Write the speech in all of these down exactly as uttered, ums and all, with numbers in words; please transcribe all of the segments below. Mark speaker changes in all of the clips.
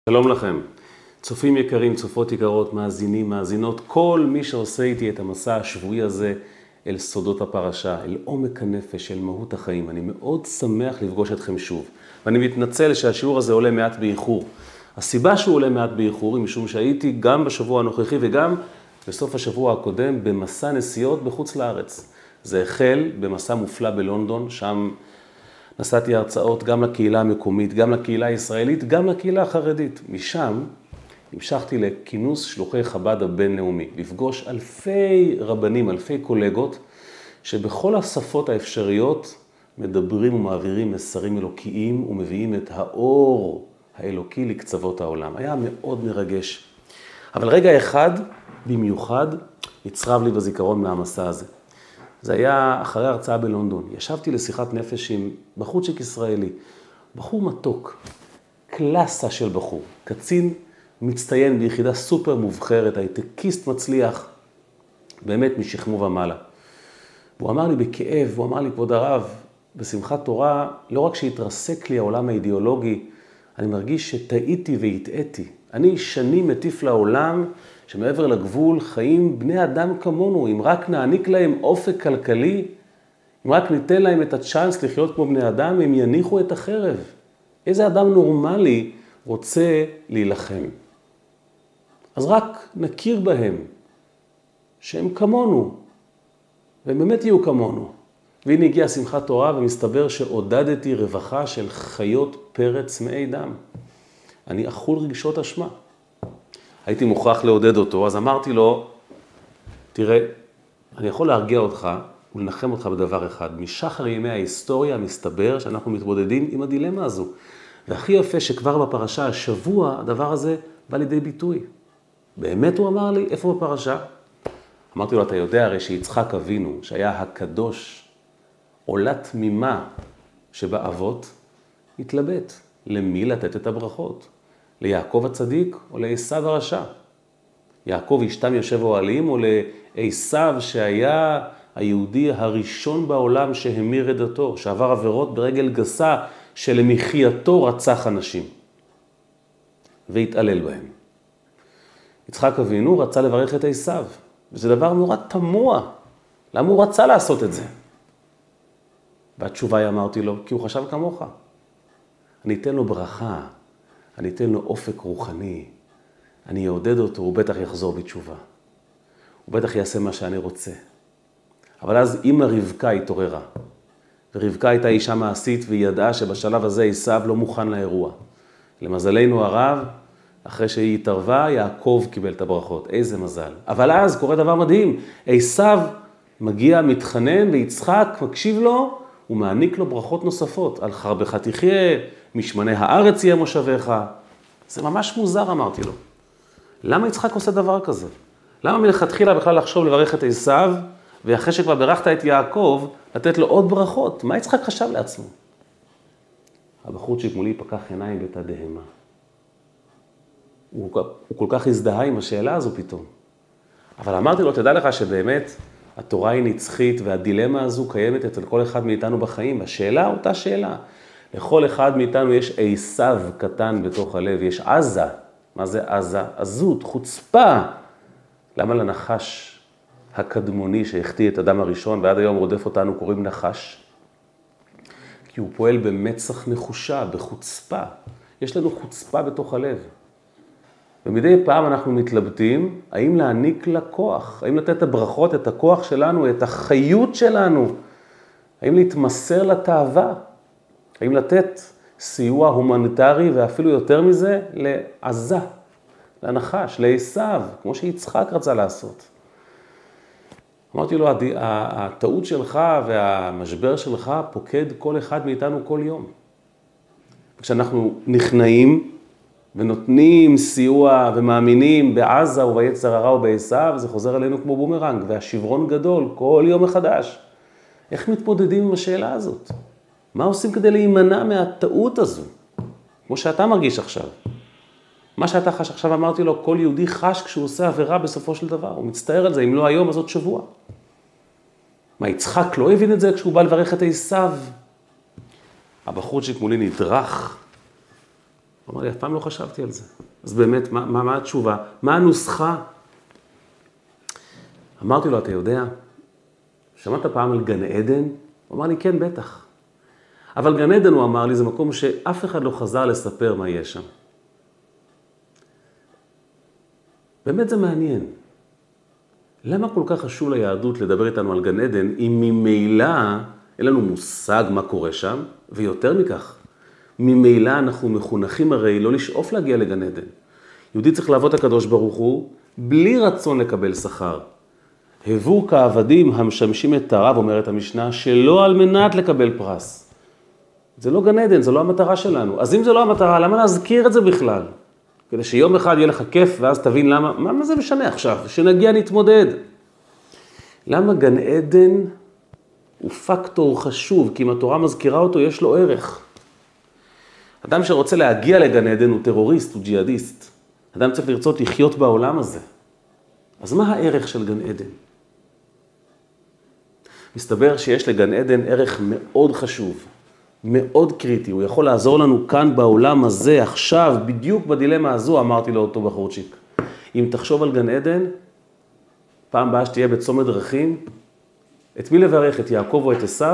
Speaker 1: שלום לכם, צופים יקרים, צופות יקרות, מאזינים, מאזינות, כל מי שעושה איתי את המסע השבועי הזה אל סודות הפרשה, אל עומק הנפש, אל מהות החיים. אני מאוד שמח לפגוש אתכם שוב, ואני מתנצל שהשיעור הזה עולה מעט באיחור. הסיבה שהוא עולה מעט באיחור היא משום שהייתי גם בשבוע הנוכחי וגם בסוף השבוע הקודם במסע נסיעות בחוץ לארץ. זה החל במסע מופלא בלונדון, שם נסעתי הרצאות גם לקהילה המקומית, גם לקהילה הישראלית, גם לקהילה החרדית. משם המשכתי לכינוס שלוחי חב"ד הבינלאומי, לפגוש אלפי רבנים, אלפי קולגות, שבכל השפות האפשריות מדברים ומעבירים מסרים אלוקיים ומביאים את האור האלוקי לקצוות העולם. היה מאוד מרגש. אבל רגע אחד, במיוחד, נצרב לי בזיכרון מהמסע הזה. זה היה אחרי הרצאה בלונדון. ישבתי לשיחת נפש עם בחורצ'יק ישראלי, בחור מתוק, קלאסה של בחור, קצין מצטיין ביחידה סופר מובחרת, הייטקיסט מצליח, באמת משכמו ומעלה. והוא אמר לי בכאב, הוא אמר לי, כבוד הרב, בשמחת תורה, לא רק שהתרסק לי העולם האידיאולוגי, אני מרגיש שטעיתי והטעיתי. אני שנים מטיף לעולם שמעבר לגבול חיים בני אדם כמונו, אם רק נעניק להם אופק כלכלי, אם רק ניתן להם את הצ'אנס לחיות כמו בני אדם, הם יניחו את החרב. איזה אדם נורמלי רוצה להילחם? אז רק נכיר בהם שהם כמונו, והם באמת יהיו כמונו. והנה הגיעה שמחת תורה ומסתבר שעודדתי רווחה של חיות פרץ מאי דם. אני אכול רגשות אשמה. הייתי מוכרח לעודד אותו, אז אמרתי לו, תראה, אני יכול להרגיע אותך ולנחם אותך בדבר אחד. משחר ימי ההיסטוריה מסתבר שאנחנו מתמודדים עם הדילמה הזו. והכי יפה שכבר בפרשה השבוע הדבר הזה בא לידי ביטוי. באמת הוא אמר לי, איפה בפרשה? אמרתי לו, אתה יודע הרי שיצחק אבינו, שהיה הקדוש, עולה תמימה שבאבות, התלבט. למי לתת את הברכות? ליעקב הצדיק או לעשיו הרשע? יעקב אשתם יושב אוהלים או לעשיו שהיה היהודי הראשון בעולם שהמיר את דתו, שעבר עבירות ברגל גסה שלמחייתו רצח אנשים והתעלל בהם. יצחק אבינו רצה לברך את עשיו, וזה דבר נורא תמוה. למה הוא רצה לעשות את זה? והתשובה היא אמרתי לו, כי הוא חשב כמוך. אני אתן לו ברכה, אני אתן לו אופק רוחני, אני אעודד אותו, הוא בטח יחזור בתשובה. הוא בטח יעשה מה שאני רוצה. אבל אז אמא רבקה התעוררה. ורבקה הייתה אישה מעשית והיא ידעה שבשלב הזה עשיו לא מוכן לאירוע. למזלנו הרב, אחרי שהיא התערבה, יעקב קיבל את הברכות. איזה מזל. אבל אז קורה דבר מדהים. עשיו מגיע, מתחנן, ויצחק מקשיב לו, הוא מעניק לו ברכות נוספות. על חרבך תחיה, משמני הארץ יהיה מושבך. זה ממש מוזר, אמרתי לו. למה יצחק עושה דבר כזה? למה מלכתחילה בכלל לחשוב לברך את עשיו, ואחרי שכבר ברכת את יעקב, לתת לו עוד ברכות? מה יצחק חשב לעצמו? הבחורצ'יק מולי פקח עיניים בתדהמה. הוא, הוא כל כך הזדהה עם השאלה הזו פתאום. אבל אמרתי לו, תדע לך שבאמת התורה היא נצחית, והדילמה הזו קיימת אצל כל אחד מאיתנו בחיים. השאלה אותה שאלה. לכל אחד מאיתנו יש עשיו קטן בתוך הלב, יש עזה. מה זה עזה? עזות, חוצפה. למה לנחש הקדמוני שהחטיא את אדם הראשון, ועד היום רודף אותנו קוראים נחש? כי הוא פועל במצח נחושה, בחוצפה. יש לנו חוצפה בתוך הלב. ומדי פעם אנחנו מתלבטים, האם להעניק לה כוח, האם לתת את הברכות, את הכוח שלנו, את החיות שלנו, האם להתמסר לתאווה, האם לתת סיוע הומניטרי ואפילו יותר מזה לעזה, לנחש, לעשיו, כמו שיצחק רצה לעשות. אמרתי לו, הטעות שלך והמשבר שלך פוקד כל אחד מאיתנו כל יום. כשאנחנו נכנעים ונותנים סיוע ומאמינים בעזה וביצר הרע ובעשיו, זה חוזר אלינו כמו בומרנג, והשברון גדול כל יום מחדש. איך מתמודדים עם השאלה הזאת? מה עושים כדי להימנע מהטעות הזו? כמו שאתה מרגיש עכשיו. מה שאתה חש עכשיו, אמרתי לו, כל יהודי חש כשהוא עושה עבירה בסופו של דבר. הוא מצטער על זה, אם לא היום, אז עוד שבוע. מה, יצחק לא הבין את זה כשהוא בא לברך את עשיו? הבחורצ'יק מולי נדרך. הוא אמר לי, אף פעם לא חשבתי על זה. אז באמת, מה, מה, מה התשובה? מה הנוסחה? אמרתי לו, אתה יודע, שמעת פעם על גן עדן? הוא אמר לי, כן, בטח. אבל גן עדן, הוא אמר לי, זה מקום שאף אחד לא חזר לספר מה יש שם. באמת זה מעניין. למה כל כך חשוב ליהדות לדבר איתנו על גן עדן, אם ממילא אין לנו מושג מה קורה שם, ויותר מכך, ממילא אנחנו מחונכים הרי לא לשאוף להגיע לגן עדן. יהודי צריך לעבוד הקדוש ברוך הוא, בלי רצון לקבל שכר. הבו כעבדים המשמשים את הרב, אומרת המשנה, שלא על מנת לקבל פרס. זה לא גן עדן, זה לא המטרה שלנו. אז אם זה לא המטרה, למה להזכיר את זה בכלל? כדי שיום אחד יהיה לך כיף, ואז תבין למה, מה, מה זה משנה עכשיו? שנגיע נתמודד. למה גן עדן הוא פקטור חשוב? כי אם התורה מזכירה אותו, יש לו ערך. אדם שרוצה להגיע לגן עדן הוא טרוריסט, הוא ג'יהאדיסט. אדם צריך לרצות לחיות בעולם הזה. אז מה הערך של גן עדן? מסתבר שיש לגן עדן ערך מאוד חשוב, מאוד קריטי. הוא יכול לעזור לנו כאן בעולם הזה, עכשיו, בדיוק בדילמה הזו, אמרתי לו אותו בחורצ'יק. אם תחשוב על גן עדן, פעם באה שתהיה בצומת דרכים, את מי לברך, את יעקב או את עשיו?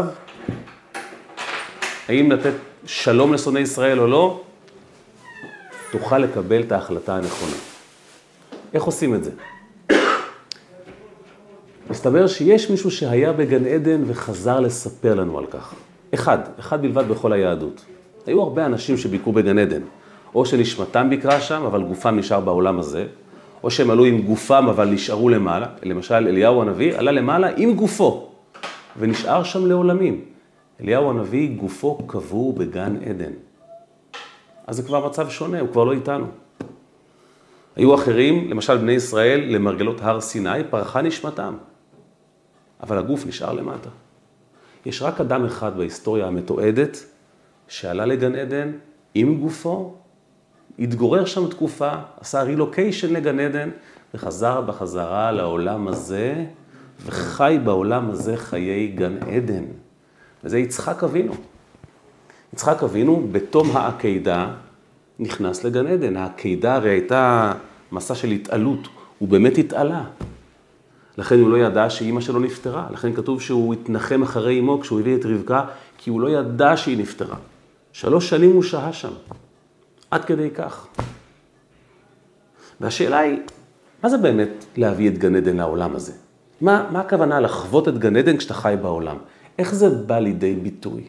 Speaker 1: האם לתת שלום לשונאי ישראל או לא? תוכל לקבל את ההחלטה הנכונה. איך עושים את זה? מסתבר שיש מישהו שהיה בגן עדן וחזר לספר לנו על כך. אחד, אחד בלבד בכל היהדות. היו הרבה אנשים שביקרו בגן עדן, או שנשמתם ביקרה שם, אבל גופם נשאר בעולם הזה, או שהם עלו עם גופם, אבל נשארו למעלה. למשל, אליהו הנביא עלה למעלה עם גופו, ונשאר שם לעולמים. אליהו הנביא, גופו קבור בגן עדן. אז זה כבר מצב שונה, הוא כבר לא איתנו. היו אחרים, למשל בני ישראל, למרגלות הר סיני, פרחה נשמתם. אבל הגוף נשאר למטה. יש רק אדם אחד בהיסטוריה המתועדת, שעלה לגן עדן עם גופו, התגורר שם תקופה, עשה רילוקיישן לגן עדן, וחזר בחזרה לעולם הזה, וחי בעולם הזה חיי גן עדן. וזה יצחק אבינו. יצחק אבינו, בתום העקידה, נכנס לגן עדן. העקידה הרי הייתה מסע של התעלות, הוא באמת התעלה. לכן הוא לא ידע שאימא שלו נפטרה. לכן כתוב שהוא התנחם אחרי אמו כשהוא הביא את רבקה, כי הוא לא ידע שהיא נפטרה. שלוש שנים הוא שהה שם. עד כדי כך. והשאלה היא, מה זה באמת להביא את גן עדן לעולם הזה? מה, מה הכוונה לחוות את גן עדן כשאתה חי בעולם? איך זה בא לידי ביטוי?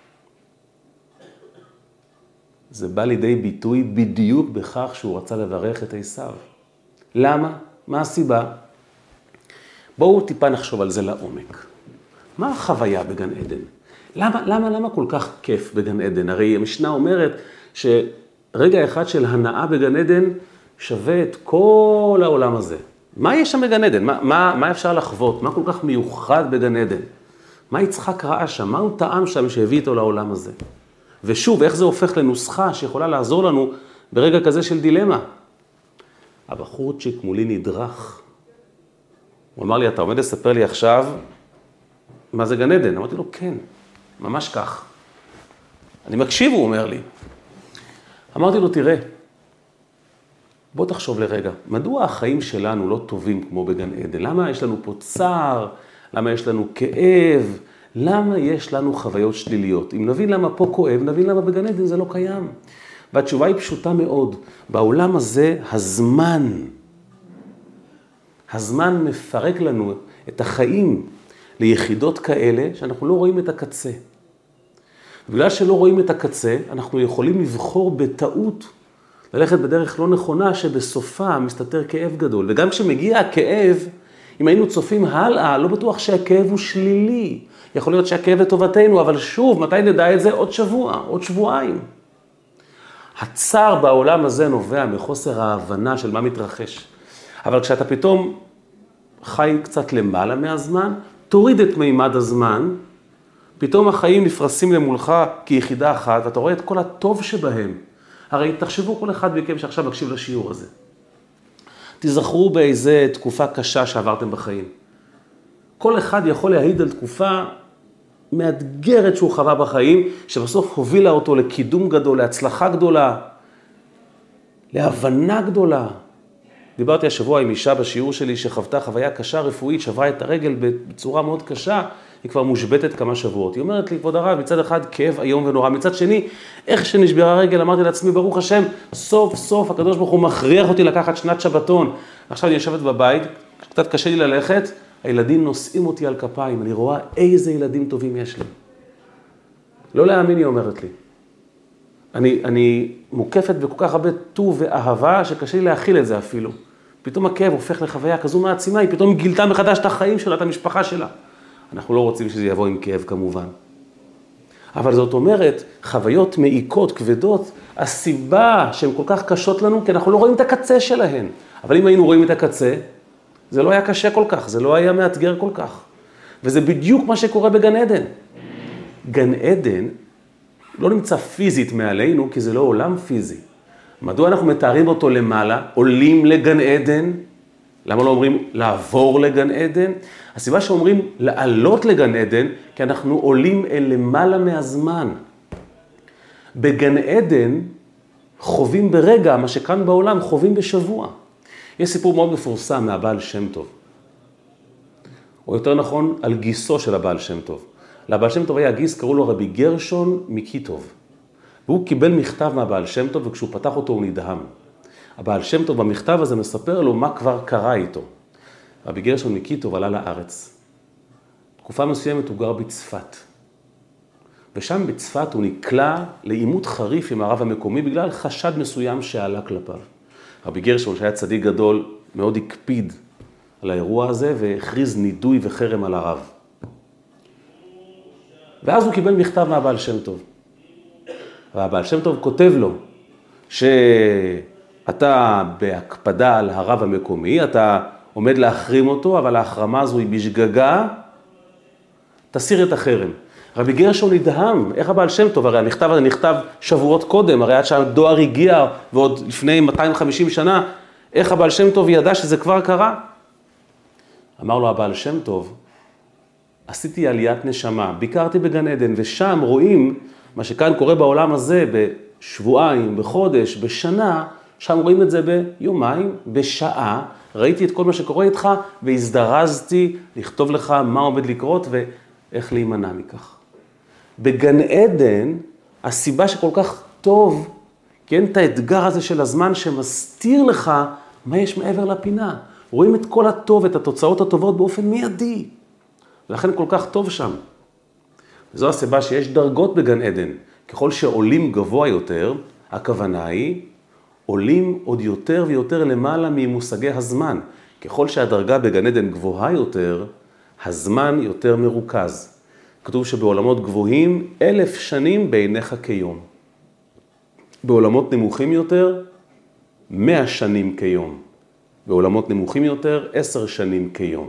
Speaker 1: זה בא לידי ביטוי בדיוק בכך שהוא רצה לברך את עשיו. למה? מה הסיבה? בואו טיפה נחשוב על זה לעומק. מה החוויה בגן עדן? למה, למה, למה כל כך כיף בגן עדן? הרי המשנה אומרת שרגע אחד של הנאה בגן עדן שווה את כל העולם הזה. מה יש שם בגן עדן? מה, מה, מה אפשר לחוות? מה כל כך מיוחד בגן עדן? מה יצחק ראה שם? מה הוא טעם שם שהביא איתו לעולם הזה? ושוב, איך זה הופך לנוסחה שיכולה לעזור לנו ברגע כזה של דילמה? הבחורצ'יק מולי נדרך. הוא אמר לי, אתה עומד לספר לי עכשיו מה זה גן עדן? אמרתי לו, כן, ממש כך. אני מקשיב, הוא אומר לי. אמרתי לו, תראה, בוא תחשוב לרגע, מדוע החיים שלנו לא טובים כמו בגן עדן? למה יש לנו פה צער? למה יש לנו כאב? למה יש לנו חוויות שליליות? אם נבין למה פה כואב, נבין למה בגן עדן זה לא קיים. והתשובה היא פשוטה מאוד. בעולם הזה, הזמן, הזמן מפרק לנו את החיים ליחידות כאלה שאנחנו לא רואים את הקצה. בגלל שלא רואים את הקצה, אנחנו יכולים לבחור בטעות, ללכת בדרך לא נכונה שבסופה מסתתר כאב גדול. וגם כשמגיע הכאב, אם היינו צופים הלאה, לא בטוח שהכאב הוא שלילי. יכול להיות שהכאב לטובתנו, אבל שוב, מתי נדע את זה? עוד שבוע, עוד שבועיים. הצער בעולם הזה נובע מחוסר ההבנה של מה מתרחש. אבל כשאתה פתאום חי קצת למעלה מהזמן, תוריד את מימד הזמן, פתאום החיים נפרסים למולך כיחידה אחת, ואתה רואה את כל הטוב שבהם. הרי תחשבו כל אחד מכם שעכשיו מקשיב לשיעור הזה. תזכרו באיזה תקופה קשה שעברתם בחיים. כל אחד יכול להעיד על תקופה מאתגרת שהוא חווה בחיים, שבסוף הובילה אותו לקידום גדול, להצלחה גדולה. להבנה גדולה. דיברתי השבוע עם אישה בשיעור שלי שחוותה חוויה קשה רפואית, שברה את הרגל בצורה מאוד קשה, היא כבר מושבתת כמה שבועות. היא אומרת לי, כבוד הרב, מצד אחד כאב איום ונורא, מצד שני, איך שנשברה הרגל, אמרתי לעצמי, ברוך השם, סוף סוף הקדוש ברוך הוא מכריח אותי לקחת שנת שבתון. עכשיו אני יושבת בבית, קצת קשה לי ללכת, הילדים נושאים אותי על כפיים, אני רואה איזה ילדים טובים יש לי. לא להאמין, היא אומרת לי. אני, אני מוקפת בכל כך הרבה טוב ואהבה שקשה לי להכיל את זה אפילו. פתאום הכאב הופך לחוויה כזו מעצימה, היא פתאום גילתה מחדש את החיים שלה, את המשפחה שלה. אנחנו לא רוצים שזה יבוא עם כאב כמובן. אבל זאת אומרת, חוויות מעיקות, כבדות, הסיבה שהן כל כך קשות לנו, כי אנחנו לא רואים את הקצה שלהן. אבל אם היינו רואים את הקצה, זה לא היה קשה כל כך, זה לא היה מאתגר כל כך. וזה בדיוק מה שקורה בגן עדן. גן עדן לא נמצא פיזית מעלינו, כי זה לא עולם פיזי. מדוע אנחנו מתארים אותו למעלה, עולים לגן עדן? למה לא אומרים לעבור לגן עדן? הסיבה שאומרים לעלות לגן עדן, כי אנחנו עולים אל למעלה מהזמן. בגן עדן חווים ברגע, מה שכאן בעולם חווים בשבוע. יש סיפור מאוד מפורסם מהבעל שם טוב. או יותר נכון, על גיסו של הבעל שם טוב. לבעל שם טוב היה גיס, קראו לו רבי גרשון מקיטוב. והוא קיבל מכתב מהבעל שם טוב, וכשהוא פתח אותו הוא נדהם. הבעל שם טוב במכתב הזה מספר לו מה כבר קרה איתו. רבי גרשון מקיטוב עלה לארץ. תקופה מסוימת הוא גר בצפת. ושם בצפת הוא נקלע לעימות חריף עם הרב המקומי, בגלל חשד מסוים שעלה כלפיו. רבי גרשון, שהיה צדיק גדול, מאוד הקפיד על האירוע הזה, והכריז נידוי וחרם על הרב. ואז הוא קיבל מכתב מהבעל שם טוב. והבעל שם טוב כותב לו, שאתה בהקפדה על הרב המקומי, אתה עומד להחרים אותו, אבל ההחרמה הזו היא בשגגה, תסיר את החרם. רבי גרשון נדהם, איך הבעל שם טוב? הרי המכתב הזה נכתב שבועות קודם, הרי עד שהדואר הגיע, ועוד לפני מאתיים וחמישים שנה, איך הבעל שם טוב ידע שזה כבר קרה? אמר לו הבעל שם טוב, עשיתי עליית נשמה, ביקרתי בגן עדן, ושם רואים מה שכאן קורה בעולם הזה בשבועיים, בחודש, בשנה, שם רואים את זה ביומיים, בשעה, ראיתי את כל מה שקורה איתך, והזדרזתי לכתוב לך מה עומד לקרות ואיך להימנע מכך. בגן עדן, הסיבה שכל כך טוב, כי אין את האתגר הזה של הזמן שמסתיר לך מה יש מעבר לפינה. רואים את כל הטוב, את התוצאות הטובות באופן מיידי. ולכן כל כך טוב שם. וזו הסיבה שיש דרגות בגן עדן. ככל שעולים גבוה יותר, הכוונה היא, עולים עוד יותר ויותר למעלה ממושגי הזמן. ככל שהדרגה בגן עדן גבוהה יותר, הזמן יותר מרוכז. כתוב שבעולמות גבוהים, אלף שנים בעיניך כיום. בעולמות נמוכים יותר, מאה שנים כיום. בעולמות נמוכים יותר, עשר שנים כיום.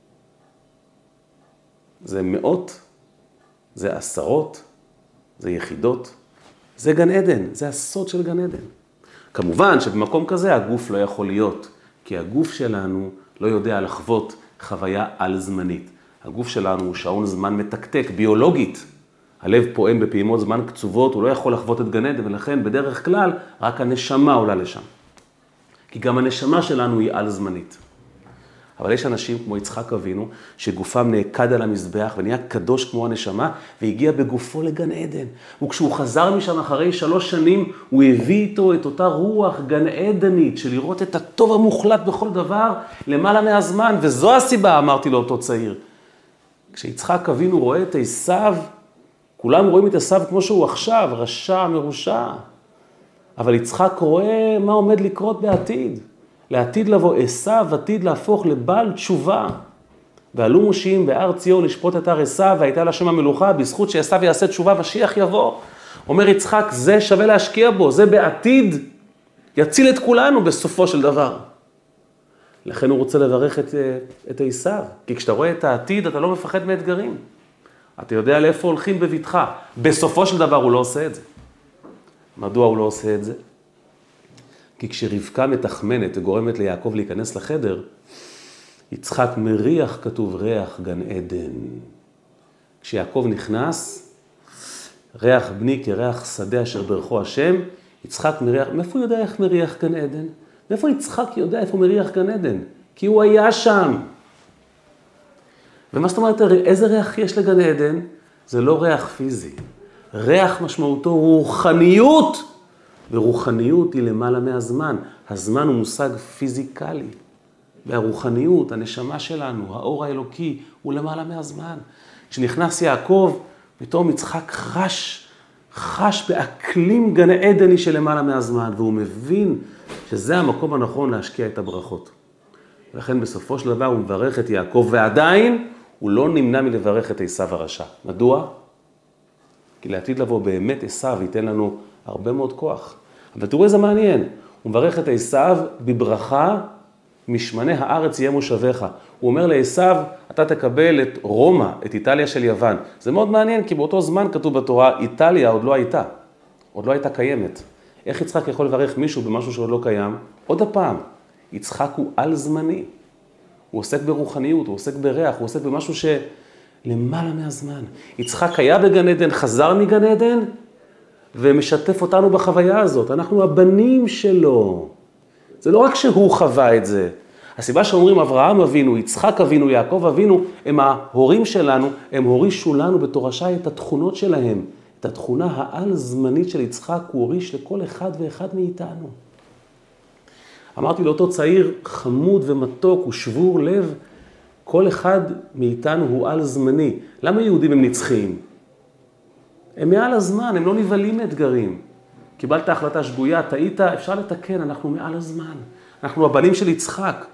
Speaker 1: זה מאות, זה עשרות, זה יחידות, זה גן עדן, זה הסוד של גן עדן. כמובן שבמקום כזה הגוף לא יכול להיות, כי הגוף שלנו לא יודע לחוות חוויה על זמנית. הגוף שלנו הוא שעון זמן מתקתק, ביולוגית. הלב פועם בפעימות זמן קצובות, הוא לא יכול לחוות את גן עדן, ולכן בדרך כלל רק הנשמה עולה לשם. כי גם הנשמה שלנו היא על זמנית. אבל יש אנשים כמו יצחק אבינו, שגופם נעקד על המזבח ונהיה קדוש כמו הנשמה, והגיע בגופו לגן עדן. וכשהוא חזר משם אחרי שלוש שנים, הוא הביא איתו את אותה רוח גן עדנית, של לראות את הטוב המוחלט בכל דבר, למעלה מהזמן. וזו הסיבה, אמרתי לאותו צעיר. כשיצחק אבינו רואה את עשיו, כולם רואים את עשיו כמו שהוא עכשיו, רשע, מרושע. אבל יצחק רואה מה עומד לקרות בעתיד. לעתיד לבוא, עשיו עתיד להפוך לבעל תשובה. ועלו מושיעים בהר ציון לשפוט את הר עשיו, והייתה לה שם המלוכה, בזכות שעשיו יעשה תשובה ושיח יבוא. אומר יצחק, זה שווה להשקיע בו, זה בעתיד יציל את כולנו בסופו של דבר. לכן הוא רוצה לברך את, את עשיו, כי כשאתה רואה את העתיד, אתה לא מפחד מאתגרים. אתה יודע לאיפה הולכים בביתך. בסופו של דבר הוא לא עושה את זה. מדוע הוא לא עושה את זה? כי כשרבקה מתחמנת וגורמת ליעקב להיכנס לחדר, יצחק מריח, כתוב ריח גן עדן. כשיעקב נכנס, ריח בני כריח שדה אשר ברכו השם, יצחק מריח, מאיפה הוא יודע איך מריח גן עדן? מאיפה יצחק יודע איפה מריח גן עדן? כי הוא היה שם. ומה זאת אומרת, איזה ריח יש לגן עדן? זה לא ריח פיזי. ריח משמעותו רוחניות, ורוחניות היא למעלה מהזמן. הזמן הוא מושג פיזיקלי. והרוחניות, הנשמה שלנו, האור האלוקי, הוא למעלה מהזמן. כשנכנס יעקב, פתאום יצחק חש, חש באקלים גן עדני של למעלה מהזמן, והוא מבין שזה המקום הנכון להשקיע את הברכות. ולכן בסופו של דבר הוא מברך את יעקב, ועדיין הוא לא נמנע מלברך את עשיו הרשע. מדוע? כי לעתיד לבוא באמת עשיו ייתן לנו הרבה מאוד כוח. אבל תראו איזה מעניין, הוא מברך את עשיו בברכה, משמני הארץ יהיה מושבך. הוא אומר לעשיו, אתה תקבל את רומא, את איטליה של יוון. זה מאוד מעניין, כי באותו זמן כתוב בתורה, איטליה עוד לא הייתה. עוד לא הייתה קיימת. איך יצחק יכול לברך מישהו במשהו שעוד לא קיים? עוד הפעם, יצחק הוא על זמני. הוא עוסק ברוחניות, הוא עוסק בריח, הוא עוסק במשהו שלמעלה מהזמן. יצחק היה בגן עדן, חזר מגן עדן, ומשתף אותנו בחוויה הזאת. אנחנו הבנים שלו. זה לא רק שהוא חווה את זה. הסיבה שאומרים אברהם אבינו, יצחק אבינו, יעקב אבינו, הם ההורים שלנו, הם הורישו לנו בתורשה את התכונות שלהם. את התכונה העל זמנית של יצחק הוא הוריש לכל אחד ואחד מאיתנו. אמרתי לאותו צעיר חמוד ומתוק ושבור לב, כל אחד מאיתנו הוא על זמני. למה יהודים הם נצחיים? הם מעל הזמן, הם לא נבלים מאתגרים. קיבלת החלטה שגויה, טעית, אפשר לתקן, אנחנו מעל הזמן. אנחנו הבנים של יצחק.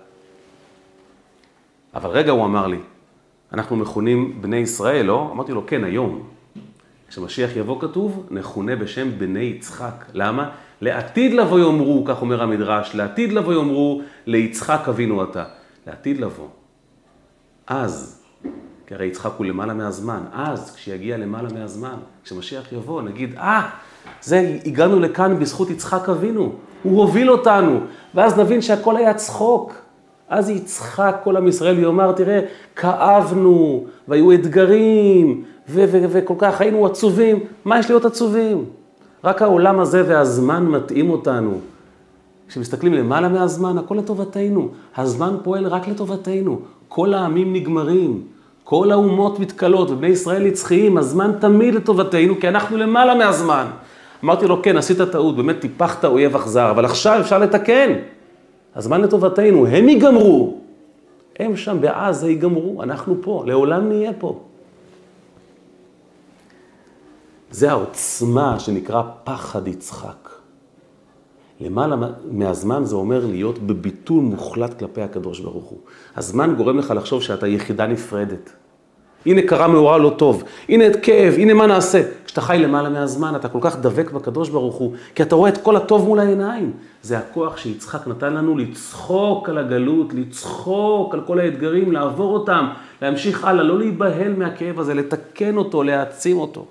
Speaker 1: אבל רגע הוא אמר לי, אנחנו מכונים בני ישראל, לא? אמרתי לו, כן, היום. כשמשיח יבוא כתוב, נכונה בשם בני יצחק. למה? לעתיד לבוא יאמרו, כך אומר המדרש, לעתיד לבוא יאמרו, ליצחק אבינו אתה. לעתיד לבוא. אז, כי הרי יצחק הוא למעלה מהזמן, אז כשיגיע למעלה מהזמן, כשמשיח יבוא, נגיד, אה, זה, הגענו לכאן בזכות יצחק אבינו, הוא הוביל אותנו, ואז נבין שהכל היה צחוק. אז יצחק כל עם ישראל ויאמר, תראה, כאבנו, והיו אתגרים, ו- ו- וכל כך היינו עצובים. מה יש להיות עצובים? רק העולם הזה והזמן מתאים אותנו. כשמסתכלים למעלה מהזמן, הכל לטובתנו. הזמן פועל רק לטובתנו. כל העמים נגמרים, כל האומות מתקלות, ובני ישראל נצחיים, הזמן תמיד לטובתנו, כי אנחנו למעלה מהזמן. אמרתי לו, כן, עשית טעות, באמת טיפחת אויב אכזר, אבל עכשיו אפשר לתקן. הזמן לטובתנו, הם ייגמרו. הם שם בעזה ייגמרו, אנחנו פה, לעולם נהיה פה. זה העוצמה שנקרא פחד יצחק. למעלה מהזמן זה אומר להיות בביטול מוחלט כלפי הקדוש ברוך הוא. הזמן גורם לך לחשוב שאתה יחידה נפרדת. הנה קרה מאורע לא טוב, הנה את כאב, הנה מה נעשה. כשאתה חי למעלה מהזמן, אתה כל כך דבק בקדוש ברוך הוא, כי אתה רואה את כל הטוב מול העיניים. זה הכוח שיצחק נתן לנו לצחוק על הגלות, לצחוק על כל האתגרים, לעבור אותם, להמשיך הלאה, לא להיבהל מהכאב הזה, לתקן אותו, להעצים אותו.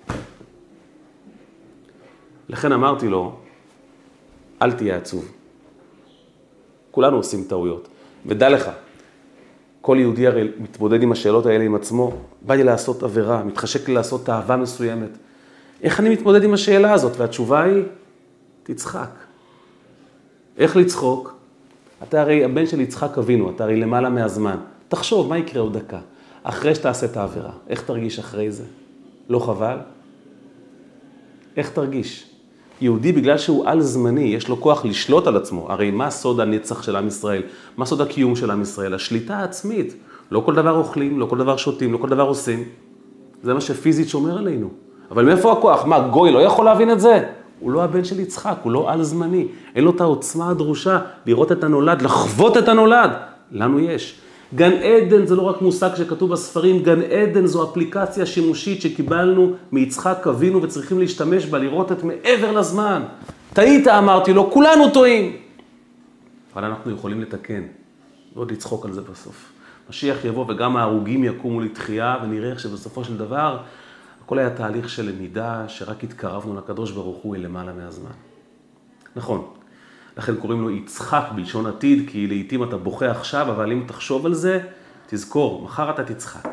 Speaker 1: לכן אמרתי לו, אל תהיה עצוב. כולנו עושים טעויות. ודע לך, כל יהודי הרי מתמודד עם השאלות האלה עם עצמו, בא לי לעשות עבירה, מתחשק לי לעשות תאווה מסוימת. איך אני מתמודד עם השאלה הזאת? והתשובה היא, תצחק. איך לצחוק? אתה הרי הבן של יצחק אבינו, אתה הרי למעלה מהזמן. תחשוב, מה יקרה עוד דקה? אחרי שתעשה את העבירה, איך תרגיש אחרי זה? לא חבל? איך תרגיש? יהודי בגלל שהוא על זמני, יש לו כוח לשלוט על עצמו. הרי מה סוד הנצח של עם ישראל? מה סוד הקיום של עם ישראל? השליטה העצמית. לא כל דבר אוכלים, לא כל דבר שותים, לא כל דבר עושים. זה מה שפיזית שומר עלינו. אבל מאיפה הכוח? מה, גוי לא יכול להבין את זה? הוא לא הבן של יצחק, הוא לא על זמני. אין לו את העוצמה הדרושה לראות את הנולד, לחוות את הנולד. לנו יש. גן עדן זה לא רק מושג שכתוב בספרים, גן עדן זו אפליקציה שימושית שקיבלנו מיצחק אבינו וצריכים להשתמש בה, לראות את מעבר לזמן. טעית, אמרתי לו, כולנו טועים. אבל אנחנו יכולים לתקן, ועוד לצחוק על זה בסוף. משיח יבוא וגם ההרוגים יקומו לתחייה, ונראה שבסופו של דבר, הכל היה תהליך של למידה, שרק התקרבנו לקדוש ברוך הוא למעלה מהזמן. נכון. לכן קוראים לו יצחק בלשון עתיד, כי לעתים אתה בוכה עכשיו, אבל אם תחשוב על זה, תזכור, מחר אתה תצחק.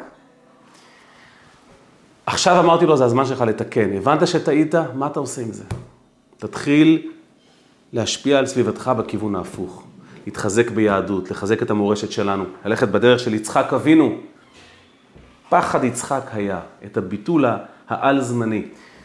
Speaker 1: עכשיו אמרתי לו, זה הזמן שלך לתקן. הבנת שטעית? מה אתה עושה עם זה? תתחיל להשפיע על סביבתך בכיוון ההפוך. להתחזק ביהדות, לחזק את המורשת שלנו, ללכת בדרך של יצחק אבינו. פחד יצחק היה, את הביטול העל-זמני.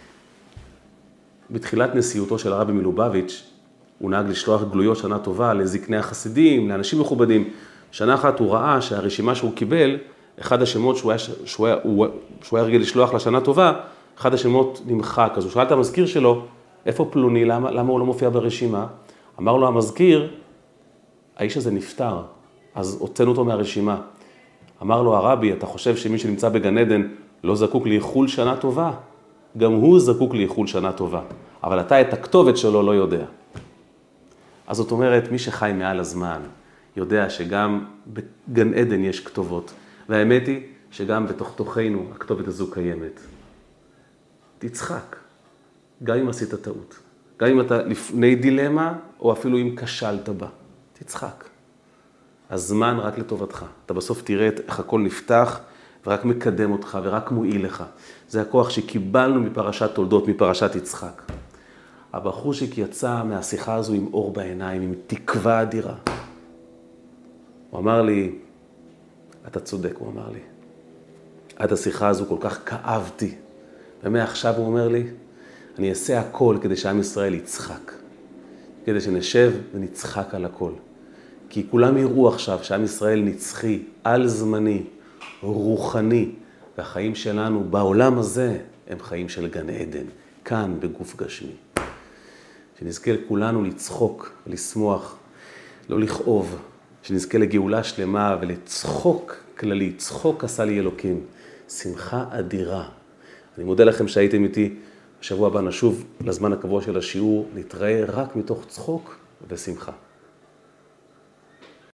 Speaker 1: בתחילת נשיאותו של הרבי מלובביץ', הוא נהג לשלוח גלויות שנה טובה לזקני החסידים, לאנשים מכובדים. שנה אחת הוא ראה שהרשימה שהוא קיבל, אחד השמות שהוא היה, שהוא היה, שהוא היה רגיל לשלוח לשנה טובה, אחד השמות נמחק. אז הוא שאל את המזכיר שלו, איפה פלוני, למה, למה הוא לא מופיע ברשימה? אמר לו המזכיר, האיש הזה נפטר, אז הוצאנו אותו מהרשימה. אמר לו הרבי, אתה חושב שמי שנמצא בגן עדן לא זקוק לאיחול שנה טובה? גם הוא זקוק לאיחול שנה טובה, אבל אתה את הכתובת שלו לא יודע. אז זאת אומרת, מי שחי מעל הזמן יודע שגם בגן עדן יש כתובות, והאמת היא שגם בתוך תוכנו הכתובת הזו קיימת. תצחק, גם אם עשית טעות, גם אם אתה לפני דילמה או אפילו אם כשלת בה, תצחק. הזמן רק לטובתך, אתה בסוף תראה איך הכל נפתח ורק מקדם אותך ורק מועיל לך. זה הכוח שקיבלנו מפרשת תולדות, מפרשת יצחק. הבחושיק יצא מהשיחה הזו עם אור בעיניים, עם תקווה אדירה. הוא אמר לי, אתה צודק, הוא אמר לי. עד השיחה הזו כל כך כאבתי. ומעכשיו הוא אומר לי, אני אעשה הכל כדי שעם ישראל יצחק. כדי שנשב ונצחק על הכל. כי כולם יראו עכשיו שעם ישראל נצחי, על זמני, רוחני, והחיים שלנו בעולם הזה הם חיים של גן עדן, כאן בגוף גשמי. שנזכה כולנו לצחוק ולשמוח, לא לכאוב, שנזכה לגאולה שלמה ולצחוק כללי, צחוק עשה לי אלוקים, שמחה אדירה. אני מודה לכם שהייתם איתי, בשבוע הבא נשוב לזמן הקבוע של השיעור, נתראה רק מתוך צחוק ושמחה.